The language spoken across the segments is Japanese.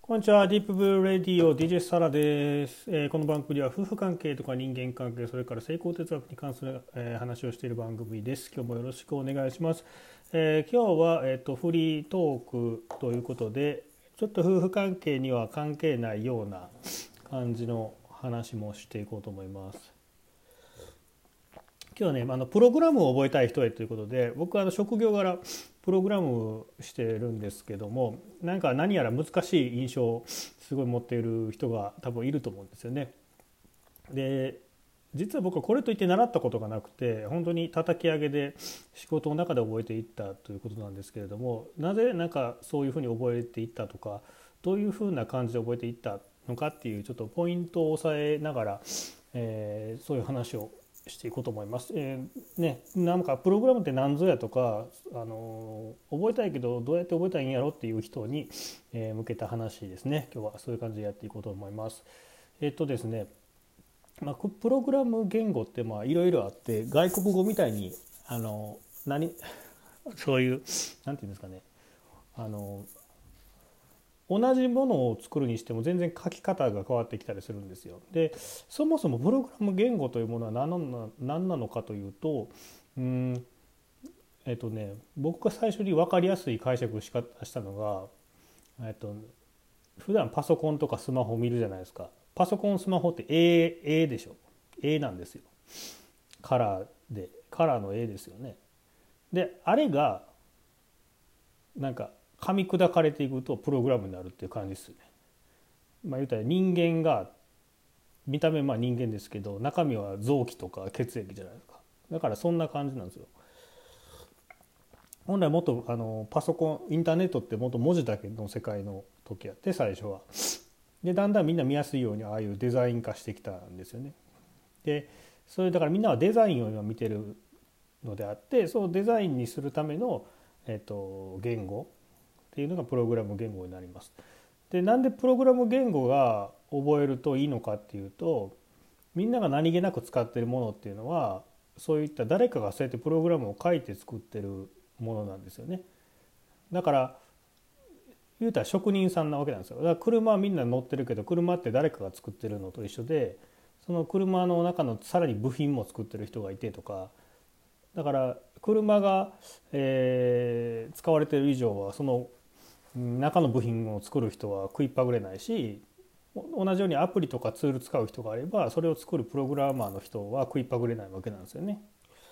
こんにちは、ディープブルーレディオ DJ サラです。この番組では夫婦関係とか人間関係、それから成功哲学に関する、話をしている番組です。今日もよろしくお願いします。今日は、フリートークということで、ちょっと夫婦関係には関係ないような感じの話もしていこうと思います。今日はね、プログラムを覚えたい人へということで、僕は職業柄プログラムしてるんですけども、なんか何やら難しい印象をすごい持っている人が多分いると思うんですよね。で、実は僕はこれといって習ったことがなくて、本当に叩き上げで仕事の中で覚えていったということなんですけれども、なぜなんかそういうふうに覚えていったとか、どういうふうな感じで覚えていったのかっていうちょっとポイントを押さえながら、そういう話をしていこうと思います。なんかプログラムって何ぞやとか、覚えたいけどどうやって覚えたらいいんやろっていう人に、向けた話ですね。今日はそういう感じでやっていこうと思います。ですね、プログラム言語っていろいろあって、外国語みたいにそういうなんていうんですかね、あの同じものを作るにしても全然書き方が変わってきたりするんですよ。で、そもそもプログラム言語というものは何なのかというと、僕が最初に分かりやすい解釈をしたのが、普段パソコンとかスマホを見るじゃないですか。パソコンスマホって A でしょ。 A なんですよ。カラーの A ですよね。であれがなんか噛み砕かれていくとプログラムになるっていう感じですよね。言ったら人間が見た目人間ですけど、中身は臓器とか血液じゃないですか。だからそんな感じなんですよ。本来もっとパソコンインターネットってもっと文字だけの世界の時やって、最初は。でだんだんみんな見やすいようにああいうデザイン化してきたんですよね。でそれだからみんなはデザインを今見てるのであって、そのデザインにするための、言語っていうのがプログラム言語になります。でなんでプログラム言語が覚えるといいのかっていうと、みんなが何気なく使っているものっていうのは、そういった誰かがそうやってプログラムを書いて作ってるものなんですよね。だから言うたら職人さんなわけなんですよ。だから車はみんな乗ってるけど、車って誰かが作ってるのと一緒で、その車の中のさらに部品も作ってる人がいてとか、だから車が、使われている以上はその中の部品を作る人は食いっぱぐれないし、同じようにアプリとかツール使う人があれば、それを作るプログラマーの人は食いっぱぐれないわけなんですよね。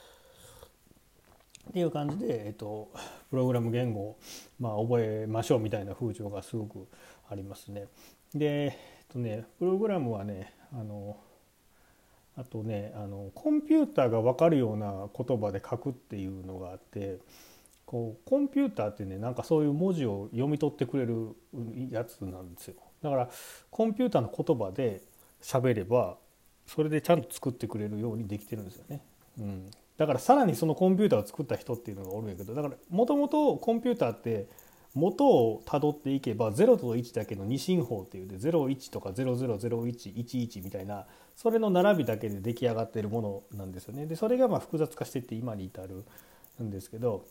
っていう感じで、プログラム言語を、覚えましょうみたいな風潮がすごくありますね。で、プログラムはね、あとね、コンピューターが分かるような言葉で書くっていうのがあって、コンピューターってね、なんかそういう文字を読み取ってくれるやつなんですよ。だからコンピューターの言葉で喋れば、それでちゃんと作ってくれるようにできてるんですよね。だからさらにそのコンピューターを作った人っていうのがおるんやけど、だからもともとコンピューターって元をたどっていけば0と1だけの二進法っていうで、01とか000111みたいな、それの並びだけで出来上がっているものなんですよね。でそれが複雑化していって今に至るんですけど、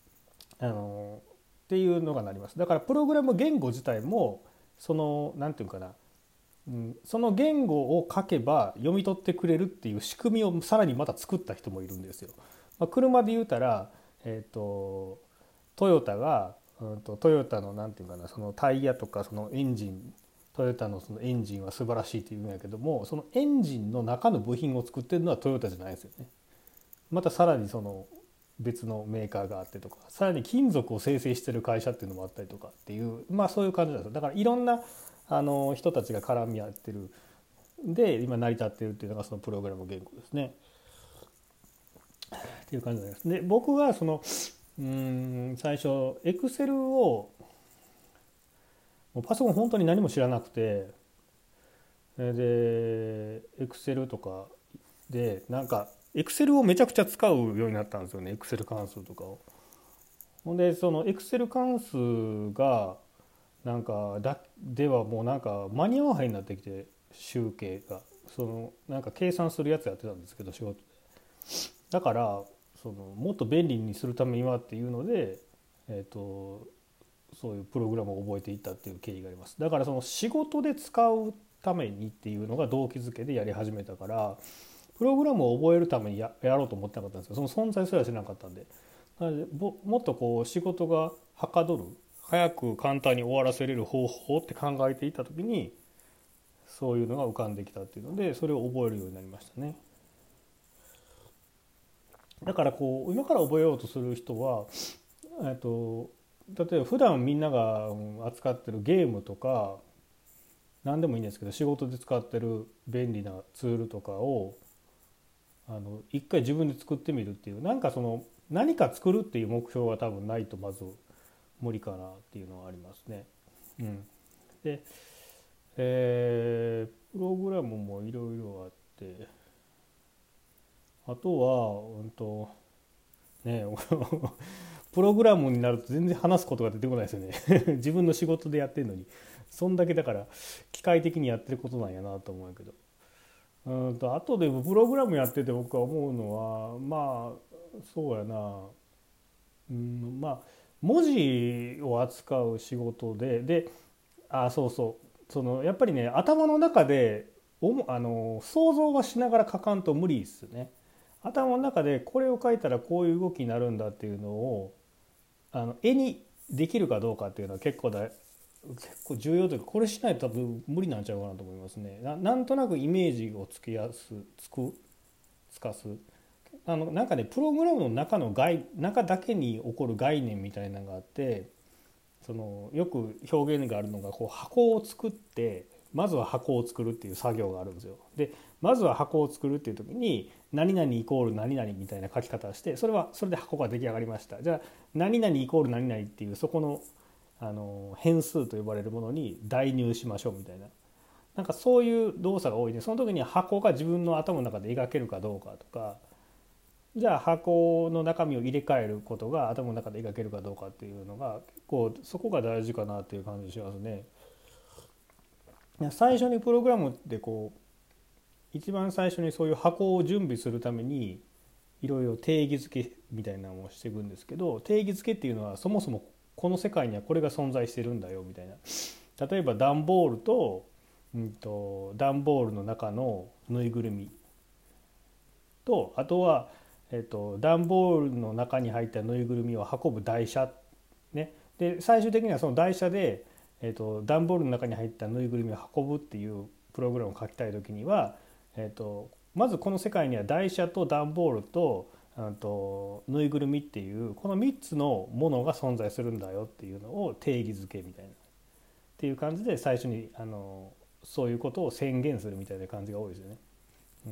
っていうのがなります。だからプログラム言語自体もそのなんていうかな、その言語を書けば読み取ってくれるっていう仕組みをさらにまた作った人もいるんですよ。車で言うたら、トヨタが、トヨタのなんていうかな、そのタイヤとかそのエンジン、トヨタのそのエンジンは素晴らしいっていうんやけども、そのエンジンの中の部品を作ってるのはトヨタじゃないですよね。またさらにその別のメーカーがあってとか、さらに金属を生成してる会社っていうのもあったりとかっていう、そういう感じなんですよ。だからいろんな人たちが絡み合ってるで今成り立ってるっていうのがそのプログラム言語ですね。っていう感じです。で僕がその最初エクセルを、もうパソコン本当に何も知らなくて、でエクセルとかでなんかエクセルをめちゃくちゃ使うようになったんですよね、エクセル関数とかを。ほんでそのエクセル関数がではもうなんか間に合わへんようになってきて、集計がそのなんか計算するやつやってたんですけど仕事で。だからそのもっと便利にするためにはっていうので、 そういうプログラムを覚えていったっていう経緯があります。だからその仕事で使うためにっていうのが動機づけでやり始めたから、プログラムを覚えるためにやろうと思ってなかったんですよ。その存在すら知らなかったんで。なのでもっとこう仕事がはかどる、早く簡単に終わらせれる方法って考えていた時に、そういうのが浮かんできたっていうので、それを覚えるようになりましたね。だからこう今から覚えようとする人は、例えば普段みんなが扱ってるゲームとか何でもいいんですけど、仕事で使ってる便利なツールとかを一回自分で作ってみるっていう、なんかその何か作るっていう目標は多分ないとまず無理かなっていうのはありますね。うん、で、プログラムもいろいろあって、あとはねプログラムになると全然話すことが出てこないですよね自分の仕事でやってるのに、そんだけだから機械的にやってることなんやなと思うけど、あとでもプログラムやってて僕は思うのは、まあそうやな、まあ文字を扱う仕事で、そうそう、そのやっぱりね、頭の中で想像はしながら書かんと無理ですね。頭の中でこれを書いたらこういう動きになるんだっていうのを絵にできるかどうかっていうのは結構重要というか、これしないと多分無理なんちゃうかなと思いますね。なんとなくイメージをつかすなんかね、プログラムの中だけに起こる概念みたいなのがあって、そのよく表現があるのが、こう箱を作って、まずは箱を作るっていう作業があるんですよ。でまずは箱を作るっていう時に何々イコール何々みたいな書き方をして、それで箱が出来上がりました。じゃあ何々イコール何々っていう、そこの変数と呼ばれるものに代入しましょうみたいな、なんかそういう動作が多いね。その時に箱が自分の頭の中で描けるかどうかとか、じゃあ箱の中身を入れ替えることが頭の中で描けるかどうかっていうのが、結構そこが大事かなっていう感じしますね。最初にプログラムってこう一番最初にそういう箱を準備するためにいろいろ定義づけみたいなのをしていくんですけど、定義づけっていうのはそもそもこの世界にはこれが存在してるんだよみたいな。例えば段ボールと、段ボールの中のぬいぐるみと、あとは、段ボールの中に入ったぬいぐるみを運ぶ台車、ね、で最終的にはその台車で、段ボールの中に入ったぬいぐるみを運ぶっていうプログラムを書きたい時には、まずこの世界には台車と段ボールとぬいぐるみっていうこの3つのものが存在するんだよっていうのを定義づけみたいなっていう感じで、最初にそういうことを宣言するみたいな感じが多いですよね。うん、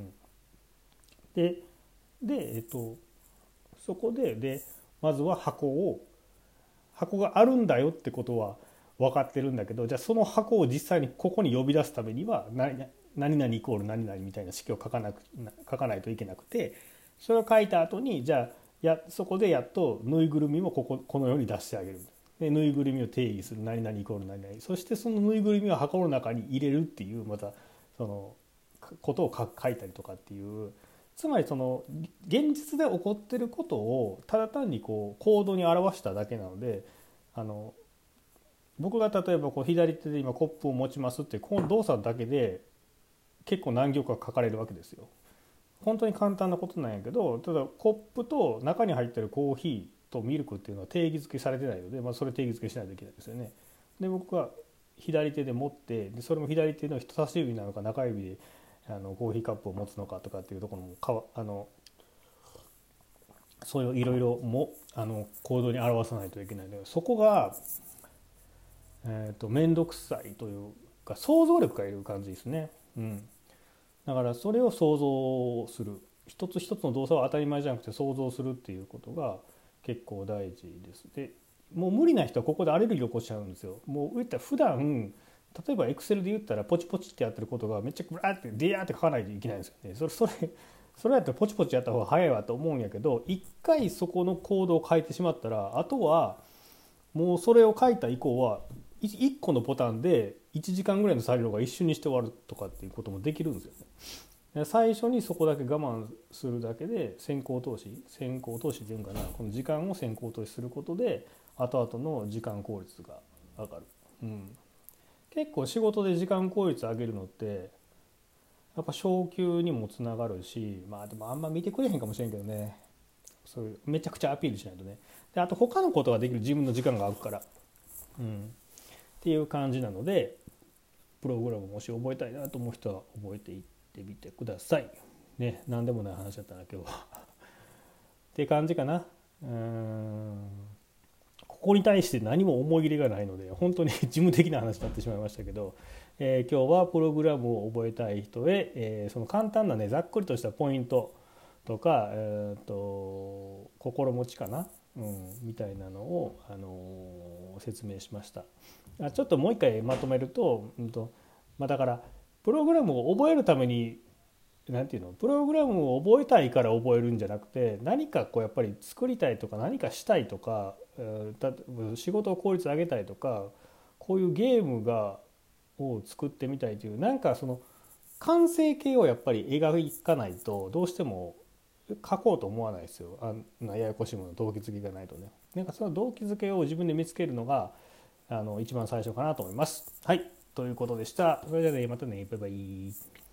で、そこでまずは箱があるんだよってことは分かってるんだけど、じゃあその箱を実際にここに呼び出すためには何々イコール何々みたいな式を書かないといけなくて、それを書いた後にじゃあそこでやっとぬいぐるみもこのように出してあげる。でぬいぐるみを定義する、何々イコール何々、そしてそのぬいぐるみを箱の中に入れるっていう、またそのことを書いたりとかっていう、つまりその現実で起こってることをただ単にこうコードに表しただけなので、僕が例えばこう左手で今コップを持ちますってこの動作だけで結構何行か書かれるわけですよ。本当に簡単なことなんやけど、ただコップと中に入ってるコーヒーとミルクっていうのは定義づけされてないので、それ定義づけしないといけないですよね。で僕が左手で持って、でそれも左手の人差し指なのか中指でコーヒーカップを持つのかとかっていうところもそういういろいろも行動に表さないといけないので、そこが面倒くさいというか想像力がいる感じですね。だからそれを想像する、一つ一つの動作は当たり前じゃなくて想像するっていうことが結構大事です。でもう無理な人はここでアレルギーを起こしちゃうんですよ。もう言ったら普段例えばエクセルで言ったらポチポチってやってることがめっちゃブラーってディアーって書かないといけないんですよね。それやったらポチポチやった方が早いわと思うんやけど、一回そこのコードを変えてしまったら、あとはもうそれを書いた以降は1個のボタンで1時間ぐらいの作業が一瞬にして終わるとかっていうこともできるんですよね。最初にそこだけ我慢するだけで先行投資っていうんかな、この時間を先行投資することで後々の時間効率が上がる。結構仕事で時間効率上げるのってやっぱ昇給にもつながるし、でもあんま見てくれへんかもしれんけどね、そういうめちゃくちゃアピールしないとね。であと他のことができる自分の時間があるから、っていう感じなので、プログラムもし覚えたいなと思う人は覚えていってみてくださいね。何でもない話だったな今日はっていう感じかな。ここに対して何も思い入れがないので本当に事務的な話になってしまいましたけど、今日はプログラムを覚えたい人へ、その簡単なねざっくりとしたポイントとか、心持ちかな、みたいなのを、説明しました。ちょっともう一回まとめると、だからプログラムを覚えるためになんていうの、プログラムを覚えたいから覚えるんじゃなくて、何かこうやっぱり作りたいとか何かしたいとか、仕事を効率上げたいとか、こういうゲームを作ってみたいという、なんかその完成形をやっぱり描かないとどうしても書こうと思わないですよ。ややこしいもの動機づけがないとね。なんかその動機づけを自分で見つけるのが一番最初かなと思います。はい、ということでした。それではね、またね、バイバイ。